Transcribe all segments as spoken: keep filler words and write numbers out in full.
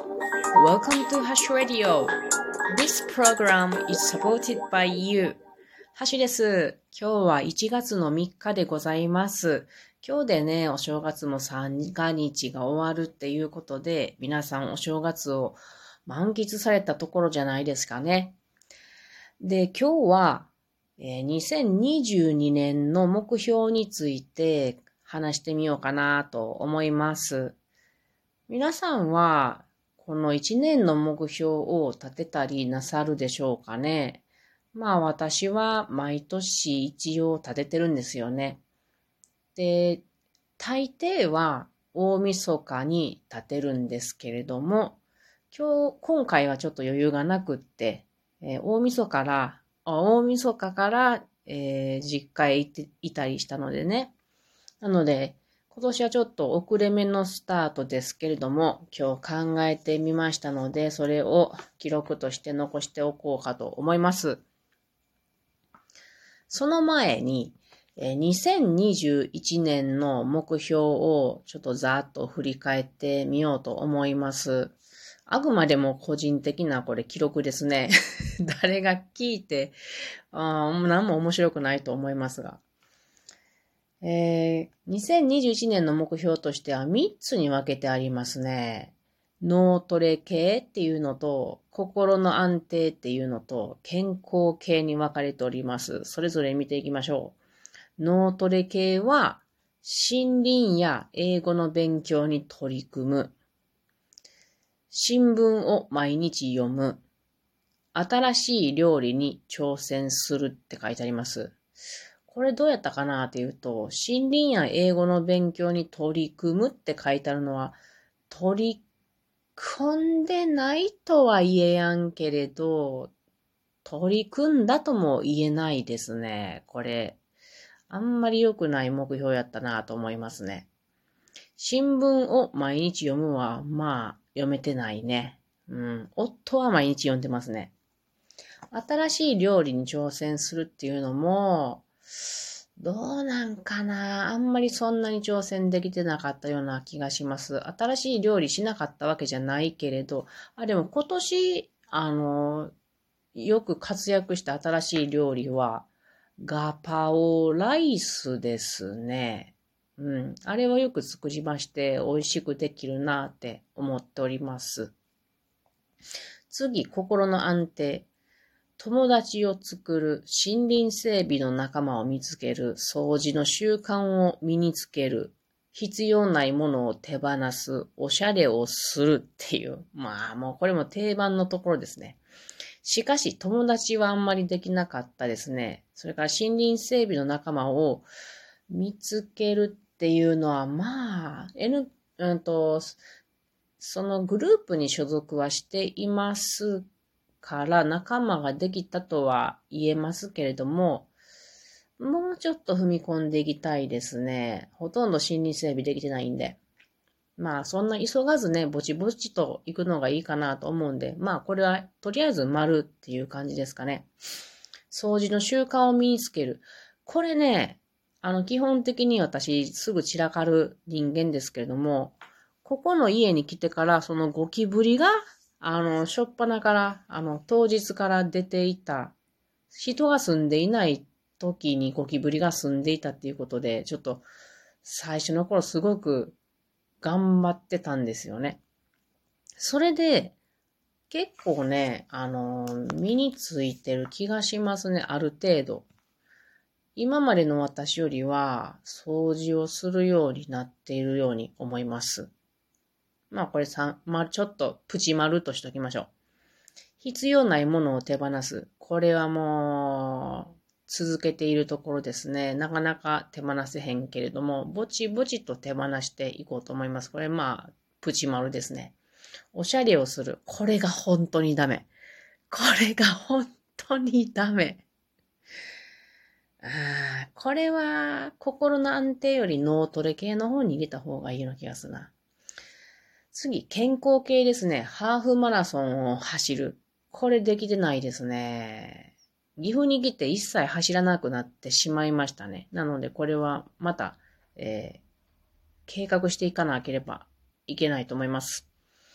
Welcome to Hash Radio. This program is supported by you. ハッシュです。今日はいちがつのみっかでございます。今日でね、お正月も三が日が終わるっていうことで、皆さんお正月を満喫されたところじゃないですかね。で、今日は、えー、にせんにじゅうにねんの目標について話してみようかなと思います。皆さんは、このいちねんの目標を立てたりなさるでしょうかね。まあ私は毎年一応立ててるんですよね。で、大抵は大晦日に立てるんですけれども、今日、今回はちょっと余裕がなくって、えー、大晦日から、大晦日から、えー、実家へ行っていたりしたのでね。なので、今年はちょっと遅れめのスタートですけれども、今日考えてみましたので、それを記録として残しておこうかと思います。その前に、にせんにじゅういちねんの目標をちょっとざっと振り返ってみようと思います。あくまでも個人的なこれ記録ですね。誰が聞いて、あ何も面白くないと思いますが。えー、にせんにじゅういちねんの目標としてはみっつに分けてありますね。脳トレ系っていうのと、心の安定っていうのと、健康系に分かれております。それぞれ見ていきましょう。脳トレ系は、森林や英語の勉強に取り組む。新聞を毎日読む。新しい料理に挑戦するって書いてあります。これどうやったかなっていうと、森林や英語の勉強に取り組むって書いてあるのは、取り組んでないとは言えやんけれど、取り組んだとも言えないですね。これ、あんまり良くない目標やったなと思いますね。新聞を毎日読むは、まあ、読めてないね。うん。夫は毎日読んでますね。新しい料理に挑戦するっていうのも、どうなんかな、あんまりそんなに挑戦できてなかったような気がします。新しい料理しなかったわけじゃないけれど、あ、でも今年、あの、よく活躍した新しい料理は、ガパオライスですね。うん。あれをよく作りまして、美味しくできるなって思っております。次、心の安定。友達を作る、森林整備の仲間を見つける、掃除の習慣を身につける、必要ないものを手放す、おしゃれをするっていう。まあもうこれも定番のところですね。しかし友達はあんまりできなかったですね。それから森林整備の仲間を見つけるっていうのはまあ、N、うんと、そのグループに所属はしていますから仲間ができたとは言えますけれども、もうちょっと踏み込んでいきたいですね。ほとんど森林整備できてないんで。まあそんな急がずね、ぼちぼちと行くのがいいかなと思うんで、まあこれはとりあえず丸っていう感じですかね。掃除の習慣を身につける。これね、あの基本的に私すぐ散らかる人間ですけれども、ここの家に来てからそのゴキブリがあの、しょっぱなから、あの、当日から出ていた、人が住んでいない時にゴキブリが住んでいたっていうことで、ちょっと最初の頃すごく頑張ってたんですよね。それで、結構ね、あの、身についてる気がしますね、ある程度。今までの私よりは、掃除をするようになっているように思います。まあこれさん、まあちょっとプチ丸としときましょう。必要ないものを手放す。これはもう続けているところですね。なかなか手放せへんけれども、ぼちぼちと手放していこうと思います。これまあ、プチ丸ですね。おしゃれをする。これが本当にダメ。これが本当にダメ。ああ、これは心の安定より脳トレ系の方に入れた方がいいような気がするな。次、健康系ですね。ハーフマラソンを走る。これできてないですね。岐阜に来て一切走らなくなってしまいましたね。なのでこれはまた、えー、計画していかなければいけないと思います。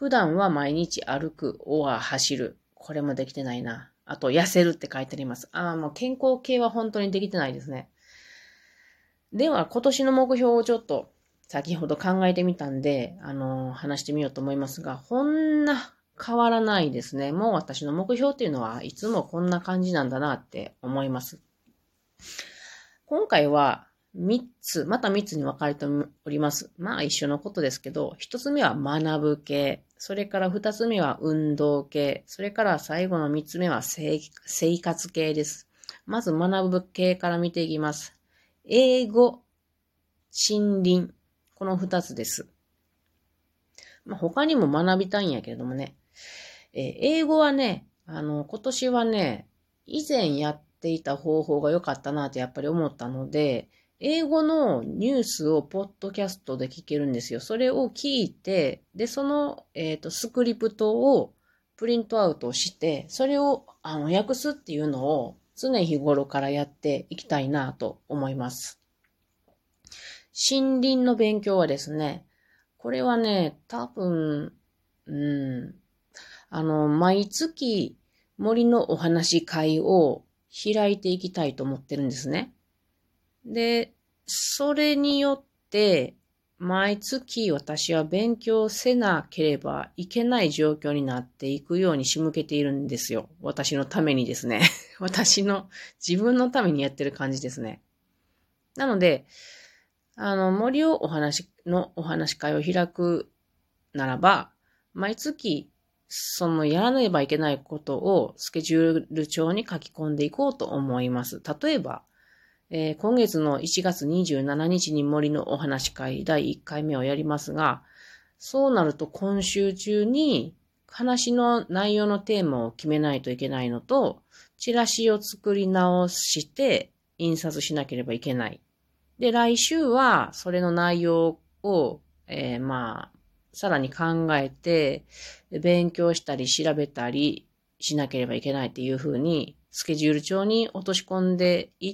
普段は毎日歩く、おは走る。これもできてないな。あと、痩せるって書いてあります。ああ、もう健康系は本当にできてないですね。では、今年の目標をちょっと先ほど考えてみたんで、あのー話してみようと思いますが、こんな変わらないですね。もう私の目標っていうのはいつもこんな感じなんだなって思います。今回はみっつ、またみっつに分かれております。まあ一緒のことですけど、ひとつめは学ぶ系、それからふたつめは運動系、それから最後のみっつめは生活系です。まず学ぶ系から見ていきます。英語、森林、このふたつです。まあ、他にも学びたいんやけれどもね、えー英語はね、あの、今年はね、以前やっていた方法が良かったなってやっぱり思ったので、英語のニュースをポッドキャストで聞けるんですよ。それを聞いて、で、その、えっと、スクリプトをプリントアウトして、それをあの訳すっていうのを常日頃からやっていきたいなと思います。森林の勉強はですね、これはね、多分、うん、あの、毎月森のお話会を開いていきたいと思ってるんですね。で、それによって、毎月私は勉強せなければいけない状況になっていくように仕向けているんですよ。私のためにですね。私の自分のためにやってる感じですね。なので、あの、森をお話のお話会を開くならば、毎月、そのやらねばいけないことをスケジュール帳に書き込んでいこうと思います。例えば、えー、今月のいちがつにじゅうしちにちに森のお話会だいいっかいめをやりますが、そうなると今週中に話の内容のテーマを決めないといけないのと、チラシを作り直して印刷しなければいけない。で、来週はそれの内容を、えー、まあ、さらに考えて、勉強したり調べたりしなければいけないっていう風に、スケジュール帳に落とし込んでいって、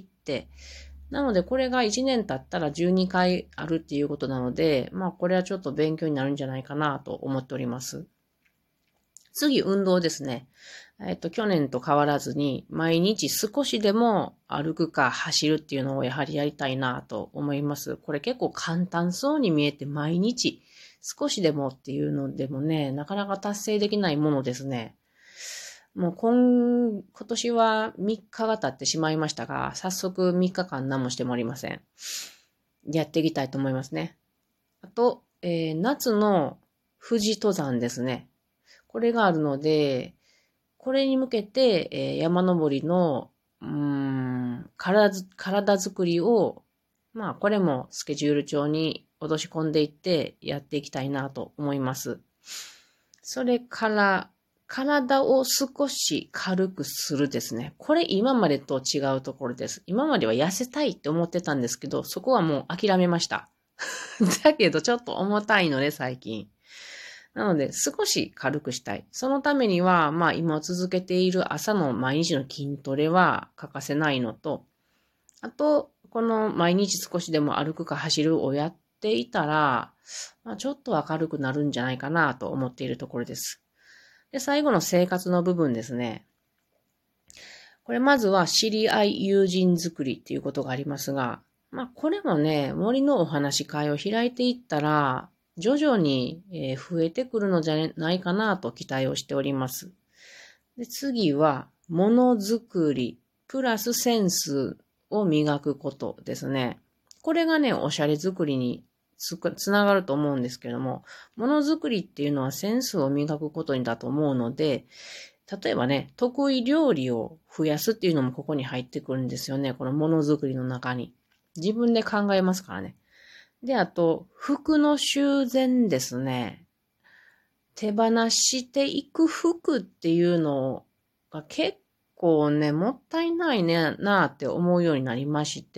なのでこれがいちねん経ったらじゅうにかいあるっていうことなので、まあこれはちょっと勉強になるんじゃないかなと思っております。次、運動ですね。えっと、去年と変わらずに、毎日少しでも歩くか走るっていうのをやはりやりたいなと思います。これ結構簡単そうに見えて、毎日少しでもっていうのでもね、なかなか達成できないものですね。もう今、今年はみっかが経ってしまいましたが、早速みっかかん何もしてもありません。やっていきたいと思いますね。あと、えー、夏の富士登山ですね。これがあるので、これに向けて、えー、山登りの、うーん、体、体作りを、まあ、これもスケジュール帳に落とし込んでいってやっていきたいなと思います。それから、体を少し軽くするですね。これ今までと違うところです。今までは痩せたいって思ってたんですけど、そこはもう諦めました。だけどちょっと重たいので最近。なので、少し軽くしたい。そのためには、まあ今続けている朝の毎日の筋トレは欠かせないのと、あと、この毎日少しでも歩くか走るをやっていたら、まあ、ちょっと明るくなるんじゃないかなと思っているところです。で、最後の生活の部分ですね。これまずは知り合い友人作りっていうことがありますが、まあこれもね、森のお話会を開いていったら、徐々に増えてくるのじゃないかなと期待をしております。で、次は、ものづくり、プラスセンスを磨くことですね。これがね、おしゃれ作りにつ, つながると思うんですけども、ものづくりっていうのはセンスを磨くことにだと思うので、例えばね、得意料理を増やすっていうのもここに入ってくるんですよね。このものづくりの中に。自分で考えますからね。で、あと、服の修繕ですね。手放していく服っていうのが結構ね、もったいないね、なって思うようになりまして。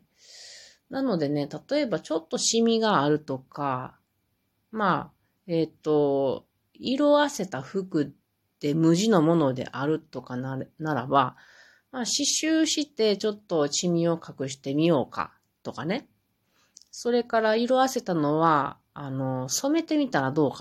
なのでね、例えばちょっとシミがあるとか、まあ、えっと、色あせた服で無地のものであるとかなならば、まあ、刺繍してちょっとシミを隠してみようかとかね。それから色あせたのは、あの、染めてみたらどうかなっ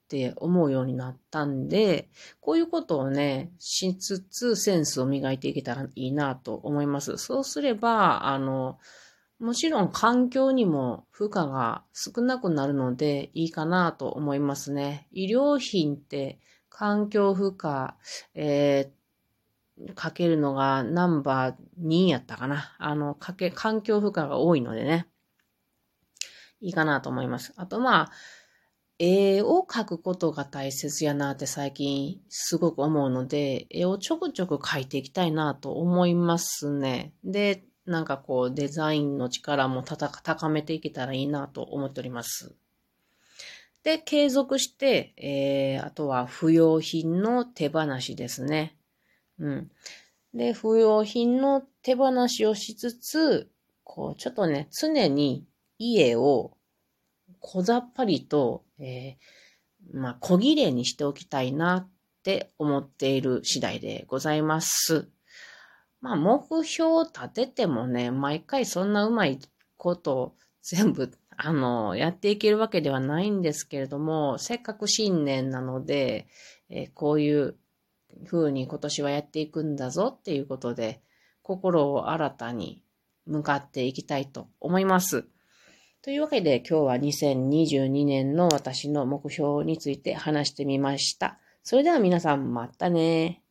って思うようになったんで、こういうことをね、しつつセンスを磨いていけたらいいなと思います。そうすれば、あの、もちろん環境にも負荷が少なくなるのでいいかなと思いますね。医療品って環境負荷、えー、かけるのがナンバーにやったかな。あの、かけ、環境負荷が多いのでね。いいかなと思います。あとまあ、絵を描くことが大切やなって最近すごく思うので、絵をちょくちょく描いていきたいなと思いますね。で、なんかこうデザインの力もたた高めていけたらいいなと思っております。で、継続して、えー、あとは不要品の手放しですね。うん。で、不要品の手放しをしつつ、こう、ちょっとね、常に家を小ざっぱりと、えー、まあ、小綺麗にしておきたいなって思っている次第でございます。まあ、目標を立ててもね、毎回そんなうまいことを全部、あの、やっていけるわけではないんですけれども、せっかく新年なので、えー、こういう風に今年はやっていくんだぞっていうことで、心を新たに向かっていきたいと思います。というわけで今日はにせんにじゅうにねんの私の目標について話してみました。それでは皆さんまたね。